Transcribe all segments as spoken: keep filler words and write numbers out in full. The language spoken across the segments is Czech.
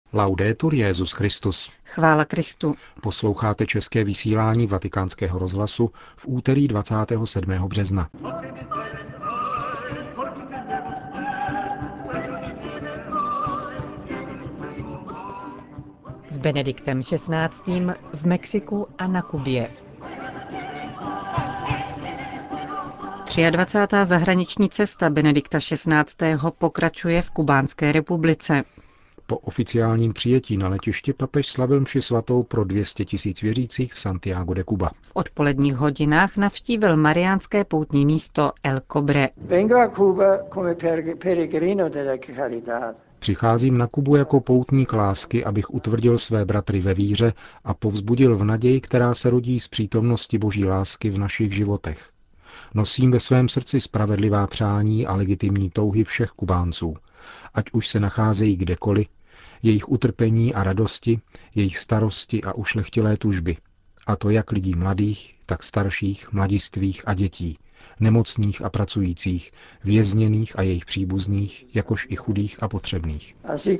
Laudetur Jesus Christus. Chvála Kristu. Posloucháte české vysílání Vatikánského rozhlasu v úterý dvacátého sedmého března. S Benediktem šestnáctým v Mexiku a na Kubě. dvacátá třetí zahraniční cesta Benedikta šestnáctého pokračuje v Kubánské republice. Po oficiálním přijetí na letišti papež slavil mši svatou pro dvě stě tisíc věřících v Santiago de Cuba. V odpoledních hodinách navštívil mariánské poutní místo El Cobre. Přicházím na Kubu jako poutník lásky, abych utvrdil své bratry ve víře a povzbudil v naději, která se rodí z přítomnosti Boží lásky v našich životech. Nosím ve svém srdci spravedlivá přání a legitimní touhy všech Kubánců, ať už se nacházejí kdekoliv, jejich utrpení a radosti, jejich starosti a ušlechtilé tužby. A to jak lidí mladých, tak starších, mladistvých a dětí, nemocných a pracujících, vězněných a jejich příbuzných, jakož i chudých a potřebných.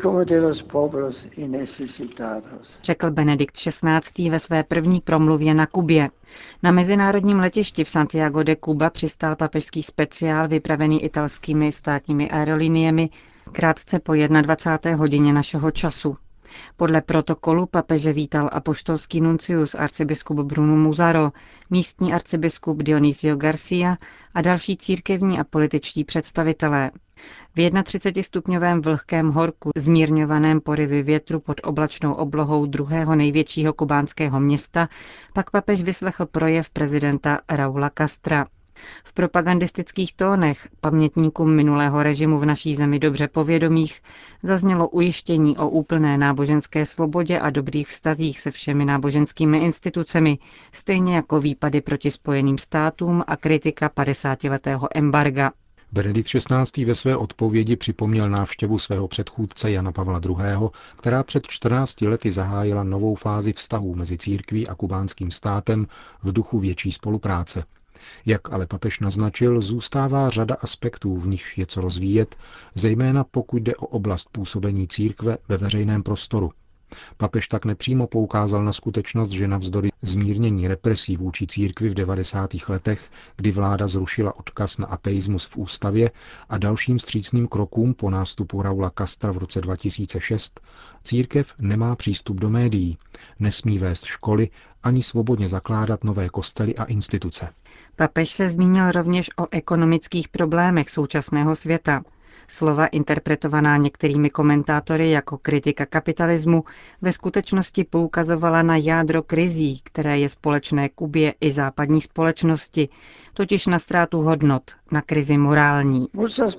Řekl Benedikt šestnáctý ve své první promluvě na Kubě. Na mezinárodním letišti v Santiago de Cuba přistál papežský speciál vypravený italskými státními aeroliniemi krátce po dvacáté jedné hodině našeho času. Podle protokolu papeže vítal apoštolský nuncius arcibiskup Bruno Muzaro, místní arcibiskup Dionisio Garcia a další církevní a političtí představitelé. V třicetistupňovém vlhkém horku, zmírňovaném porivy větru pod oblačnou oblohou druhého největšího kubánského města, pak papež vyslechl projev prezidenta Raula Castra. V propagandistických tónech, pamětníkům minulého režimu v naší zemi dobře povědomých, zaznělo ujištění o úplné náboženské svobodě a dobrých vztazích se všemi náboženskými institucemi, stejně jako výpady proti Spojeným státům a kritika padesátiletého embarga. Benedikt šestnáctý ve své odpovědi připomněl návštěvu svého předchůdce Jana Pavla druhého., která před čtrnácti lety zahájila novou fázi vztahů mezi církví a kubánským státem v duchu větší spolupráce. Jak ale papež naznačil, zůstává řada aspektů, v nichž je co rozvíjet, zejména pokud jde o oblast působení církve ve veřejném prostoru. Papež tak nepřímo poukázal na skutečnost, že navzdory zmírnění represí vůči církvi v devadesátých letech, kdy vláda zrušila odkaz na ateismus v ústavě a dalším vstřícným krokům po nástupu Raula Castra v roce dva tisíce šest, církev nemá přístup do médií, nesmí vést školy ani svobodně zakládat nové kostely a instituce. Papež se zmínil rovněž o ekonomických problémech současného světa. Slova interpretovaná některými komentátory jako kritika kapitalismu ve skutečnosti poukazovala na jádro krizí, které je společné Kubě i západní společnosti, totiž na ztrátu hodnot, na krizi morální.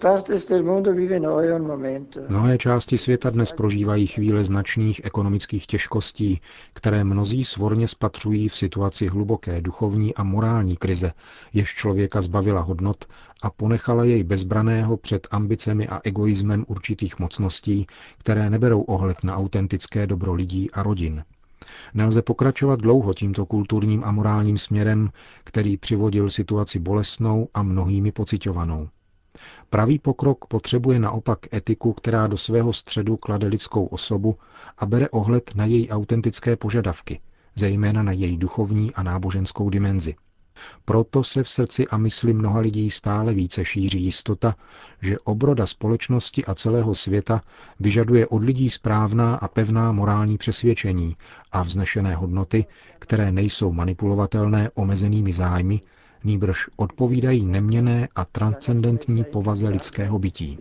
Mnohé části světa dnes prožívají chvíle značných ekonomických těžkostí, které mnozí svorně spatřují v situaci hluboké duchovní a morální krize, jež člověka zbavila hodnot a ponechala jej bezbraného před ambicemi a egoismem určitých mocností, které neberou ohled na autentické dobro lidí a rodin. Nelze pokračovat dlouho tímto kulturním a morálním směrem, který přivodil situaci bolestnou a mnohými pociťovanou. Pravý pokrok potřebuje naopak etiku, která do svého středu klade lidskou osobu a bere ohled na její autentické požadavky, zejména na její duchovní a náboženskou dimenzi. Proto se v srdci a mysli mnoha lidí stále více šíří jistota, že obroda společnosti a celého světa vyžaduje od lidí správná a pevná morální přesvědčení a vznešené hodnoty, které nejsou manipulovatelné omezenými zájmy, nýbrž odpovídají neměnné a transcendentní povaze lidského bytí.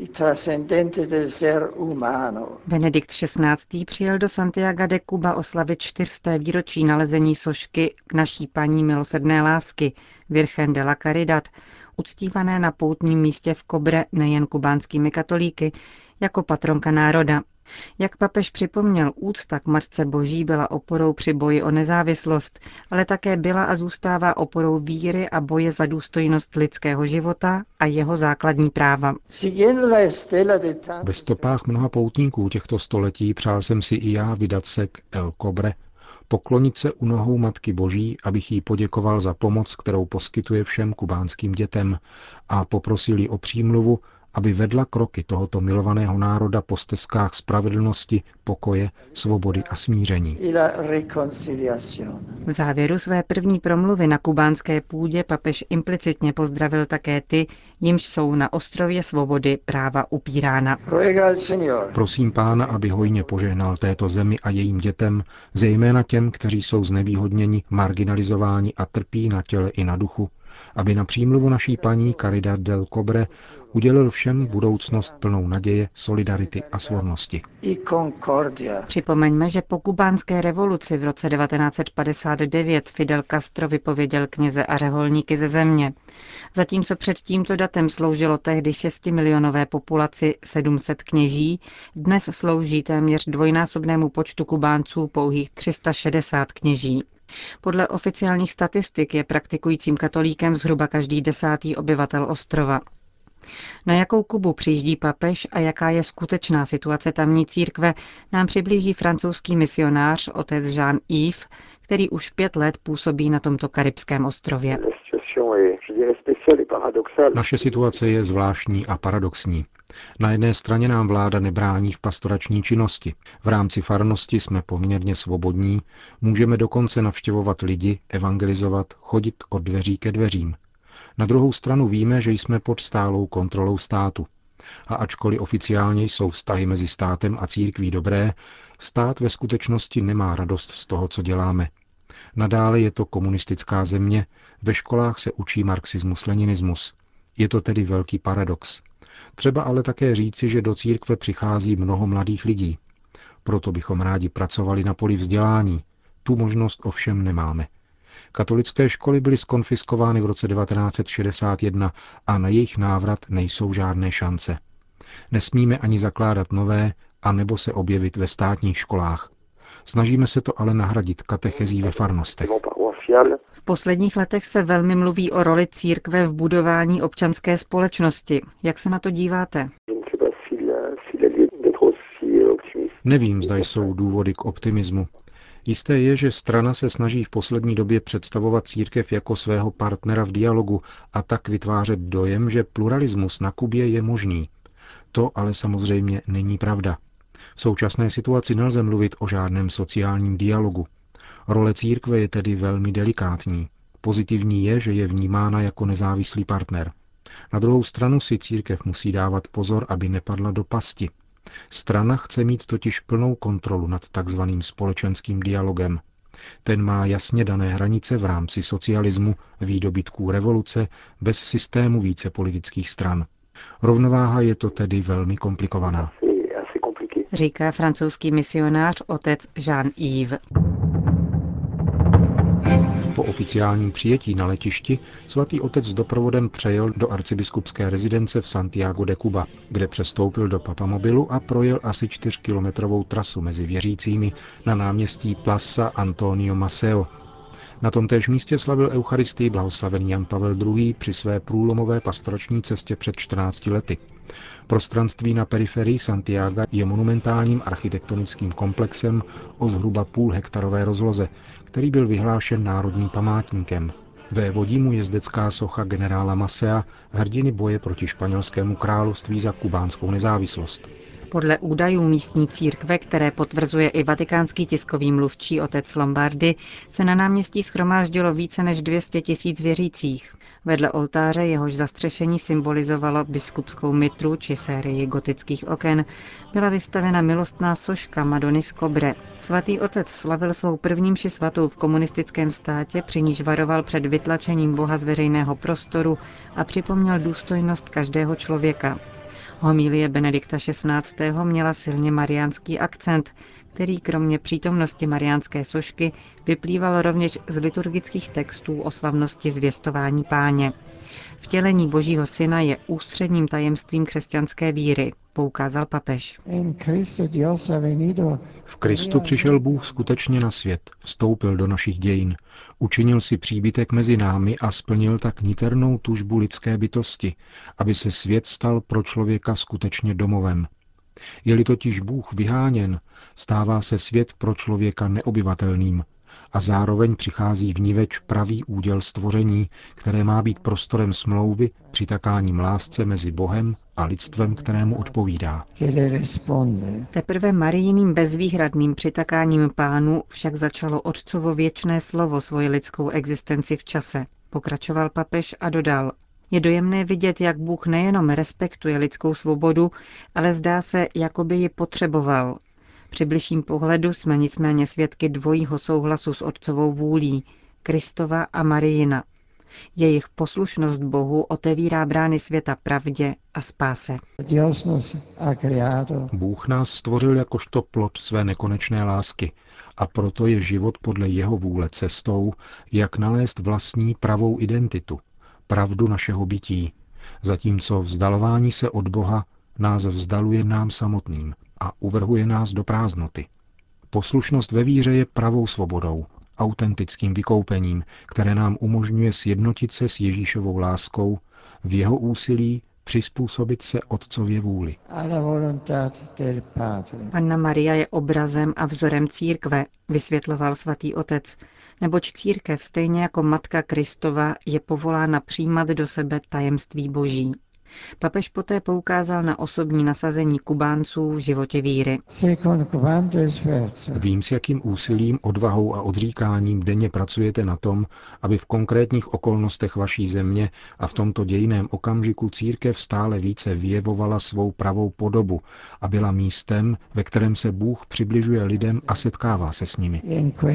Benedikt šestnáctý přijel do Santiaga de Cuba oslavit čtyřsté výročí nalezení sošky Naší Paní milosrdné lásky, Virgen de la Caridad, uctívané na poutním místě v Cobre nejen kubánskými katolíky, jako patronka národa. Jak papež připomněl, úcta k Matce Boží byla oporou při boji o nezávislost, ale také byla a zůstává oporou víry a boje za důstojnost lidského života a jeho základní práva. Ve stopách mnoha poutníků těchto století přál jsem si i já vydat se k El Cobre, poklonit se u nohou Matky Boží, abych jí poděkoval za pomoc, kterou poskytuje všem kubánským dětem, a poprosil ji o přímluvu, aby vedla kroky tohoto milovaného národa po stezkách spravedlnosti, pokoje, svobody a smíření. V závěru své první promluvy na kubánské půdě papež implicitně pozdravil také ty, jimž jsou na ostrově svobody práva upírána. Prosím Pána, aby hojně požehnal této zemi a jejím dětem, zejména těm, kteří jsou znevýhodněni, marginalizováni a trpí na těle i na duchu, aby na přímluvu naší paní Caridad del Cobre udělil všem budoucnost plnou naděje, solidarity a svornosti. Připomeňme, že po kubánské revoluci v roce devatenáct set padesát devět Fidel Castro vypověděl kněze a řeholníky ze země. Zatímco před tímto datem sloužilo tehdy šestimilionové populaci sedm set kněží, dnes slouží téměř dvojnásobnému počtu Kubánců pouhých tři sta šedesát kněží. Podle oficiálních statistik je praktikujícím katolíkem zhruba každý desátý obyvatel ostrova. Na jakou Kubu přijíždí papež a jaká je skutečná situace tamní církve, nám přiblíží francouzský misionář otec Jean-Yves, který už pět let působí na tomto karibském ostrově. Naše situace je zvláštní a paradoxní. Na jedné straně nám vláda nebrání v pastorační činnosti. V rámci farnosti jsme poměrně svobodní, můžeme dokonce navštěvovat lidi, evangelizovat, chodit od dveří ke dveřím. Na druhou stranu víme, že jsme pod stálou kontrolou státu. A ačkoliv oficiálně jsou vztahy mezi státem a církví dobré, stát ve skutečnosti nemá radost z toho, co děláme. Nadále je to komunistická země, ve školách se učí marxismus-leninismus. Je to tedy velký paradox. Třeba ale také říci, že do církve přichází mnoho mladých lidí. Proto bychom rádi pracovali na poli vzdělání. Tu možnost ovšem nemáme. Katolické školy byly zkonfiskovány v roce devatenáct set šedesát jedna a na jejich návrat nejsou žádné šance. Nesmíme ani zakládat nové, anebo se objevit ve státních školách. Snažíme se to ale nahradit katechezí ve farnostech. V posledních letech se velmi mluví o roli církve v budování občanské společnosti. Jak se na to díváte? Nevím, zda jsou důvody k optimismu. Jisté je, že strana se snaží v poslední době představovat církev jako svého partnera v dialogu a tak vytvářet dojem, že pluralismus na Kubě je možný. To ale samozřejmě není pravda. V současné situaci nelze mluvit o žádném sociálním dialogu. Role církve je tedy velmi delikátní. Pozitivní je, že je vnímána jako nezávislý partner. Na druhou stranu si církev musí dávat pozor, aby nepadla do pasti. Strana chce mít totiž plnou kontrolu nad takzvaným společenským dialogem. Ten má jasně dané hranice v rámci socialismu, výdobytků revoluce, bez systému více politických stran. Rovnováha je to tedy velmi komplikovaná. Říká francouzský misionář otec Jean-Yves. Po oficiálním přijetí na letišti svatý otec s doprovodem přejel do arcibiskupské rezidence v Santiago de Cuba, kde přestoupil do papamobilu a projel asi čtyřkilometrovou trasu mezi věřícími na náměstí Plaza Antonio Maceo. Na tomtéž místě slavil eucharistii blahoslavený Jan Pavel druhý. Při své průlomové pastorační cestě před čtrnácti lety. Prostranství na periferii Santiaga je monumentálním architektonickým komplexem o zhruba půl hektarové rozloze, který byl vyhlášen národním památníkem. Vévodí mu jezdecká socha generála Macea, hrdiny boje proti španělskému království za kubánskou nezávislost. Podle údajů místní církve, které potvrzuje i vatikánský tiskový mluvčí otec Lombardy, se na náměstí shromáždilo více než dvě stě tisíc věřících. Vedle oltáře, jehož zastřešení symbolizovalo biskupskou mitru či sérii gotických oken, byla vystavena milostná soška Madony z Cobre. Svatý otec slavil svou první mši svatou v komunistickém státě, při níž varoval před vytlačením Boha z veřejného prostoru a připomněl důstojnost každého člověka. Homilie Benedikta šestnáctého. měla silně mariánský akcent, který kromě přítomnosti mariánské sošky vyplýval rovněž z liturgických textů o slavnosti zvěstování Páně. Vtělení Božího syna je ústředním tajemstvím křesťanské víry, poukázal papež. V Kristu přišel Bůh skutečně na svět, vstoupil do našich dějin, učinil si příbytek mezi námi a splnil tak niternou tužbu lidské bytosti, aby se svět stal pro člověka skutečně domovem. Je-li totiž Bůh vyháněn, stává se svět pro člověka neobyvatelným, a zároveň přichází vniveč pravý úděl stvoření, které má být prostorem smlouvy, přitakáním lásce mezi Bohem a lidstvem, kterému odpovídá. Teprve Marijiným bezvýhradným přitakáním Pánu však začalo Otcovo věčné slovo svoji lidskou existenci v čase, pokračoval papež a dodal. Je dojemné vidět, jak Bůh nejenom respektuje lidskou svobodu, ale zdá se, jako by ji potřeboval. Při bližším pohledu jsme nicméně svědky dvojího souhlasu s Otcovou vůlí, Kristova a Marijina. Jejich poslušnost Bohu otevírá brány světa pravdě a spáse. Bůh nás stvořil jakožto plod své nekonečné lásky a proto je život podle jeho vůle cestou, jak nalézt vlastní pravou identitu, pravdu našeho bytí, zatímco vzdalování se od Boha nás vzdaluje nám samotným a uvrhuje nás do prázdnoty. Poslušnost ve víře je pravou svobodou, autentickým vykoupením, které nám umožňuje sjednotit se s Ježíšovou láskou v jeho úsilí přizpůsobit se Otcově vůli. Panna Maria je obrazem a vzorem církve, vysvětloval svatý otec, neboť církev stejně jako Matka Kristova je povolána přijímat do sebe tajemství Boží. Papež poté poukázal na osobní nasazení Kubánců v životě víry. Vím, s jakým úsilím, odvahou a odříkáním denně pracujete na tom, aby v konkrétních okolnostech vaší země a v tomto dějinném okamžiku církev stále více vyjevovala svou pravou podobu a byla místem, ve kterém se Bůh přibližuje lidem a setkává se s nimi.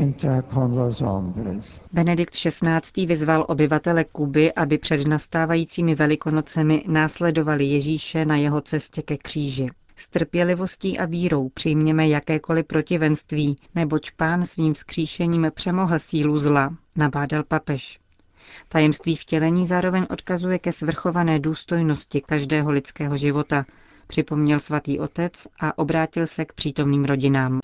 Benedikt šestnáctý vyzval obyvatele Kuby, aby před nastávajícími Velikonocemi následovali Ježíše na jeho cestě ke kříži. S trpělivostí a vírou přijměme jakékoliv protivenství, neboť Pán svým vzkříšením přemohl sílu zla, nabádal papež. Tajemství vtělení zároveň odkazuje ke svrchované důstojnosti každého lidského života, připomněl svatý otec a obrátil se k přítomným rodinám.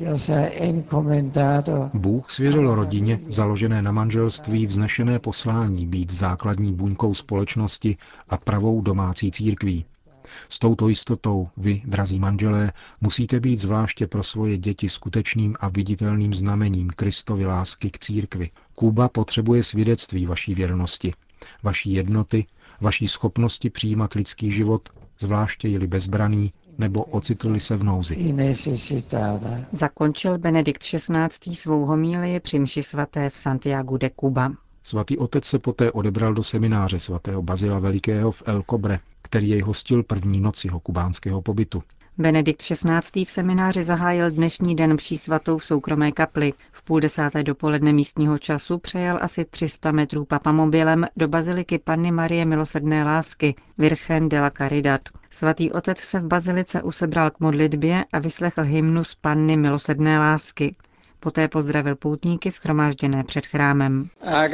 Bůh svěřil rodině, založené na manželství, vznešené poslání být základní buňkou společnosti a pravou domácí církví. S touto jistotou vy, drazí manželé, musíte být zvláště pro svoje děti skutečným a viditelným znamením Kristovy lásky k církvi. Kuba potřebuje svědectví vaší věrnosti, vaší jednoty, vaší schopnosti přijímat lidský život, zvláště je-li bezbraný nebo ocitli se v nouzi. Zakončil Benedikt šestnáctý svou homílii při mši svaté v Santiagu de Cuba. Svatý otec se poté odebral do semináře svatého Bazila Velikého v El Cobre, který jej hostil první noc jeho kubánského pobytu. Benedikt šestnáctý v semináři zahájil dnešní den mší svatou v soukromé kapli. V půl desáté dopoledne místního času přejel asi tři sta metrů papamobilem do baziliky Panny Marie milosrdné lásky, Virgen de la Caridad. Svatý otec se v bazilice usebral k modlitbě a vyslechl hymnus Panny milosrdné lásky. Poté pozdravil poutníky shromážděné před chrámem.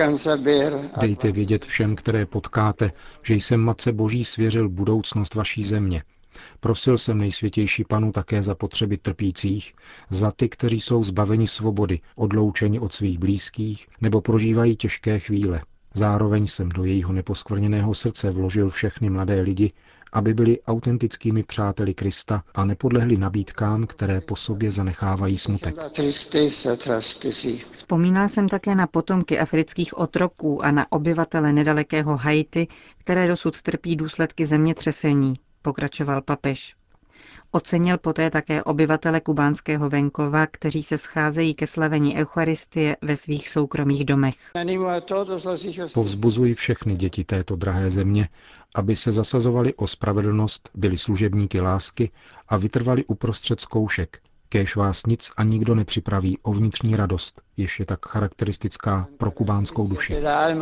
Dejte vědět všem, které potkáte, že jsem Matce Boží svěřil budoucnost vaší země. Prosil jsem nejsvětější Panu také za potřeby trpících, za ty, kteří jsou zbaveni svobody, odloučeni od svých blízkých nebo prožívají těžké chvíle. Zároveň jsem do jejího neposkvrněného srdce vložil všechny mladé lidi, aby byli autentickými přáteli Krista a nepodlehli nabídkám, které po sobě zanechávají smutek. Vzpomínal jsem také na potomky afrických otroků a na obyvatele nedalekého Haiti, které dosud trpí důsledky zemětřesení, pokračoval papež. Ocenil poté také obyvatele kubánského venkova, kteří se scházejí ke slavení Eucharistie ve svých soukromých domech. Povzbuzuji všechny děti této drahé země, aby se zasazovali o spravedlnost, byli služebníky lásky a vytrvali uprostřed zkoušek, kéž vás nic a nikdo nepřipraví o vnitřní radost, jež je tak charakteristická pro kubánskou duši.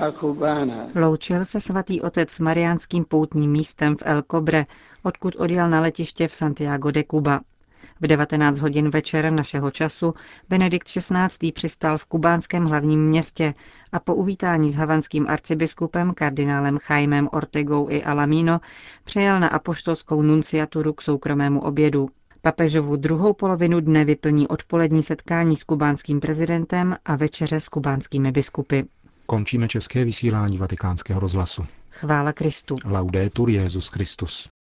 Loučil se svatý otec s mariánským poutním místem v El Cobre, odkud odjel na letiště v Santiago de Cuba. V devatenáct hodin večer našeho času Benedikt šestnáctý přistál v kubánském hlavním městě a po uvítání s havanským arcibiskupem kardinálem Jaimem Ortegou i Alamino přejel na apoštolskou nunciaturu k soukromému obědu. Papežovu druhou polovinu dne vyplní odpolední setkání s kubánským prezidentem a večeře s kubánskými biskupy. Končíme české vysílání Vatikánského rozhlasu. Chvála Kristu. Laudetur Jesus Christus.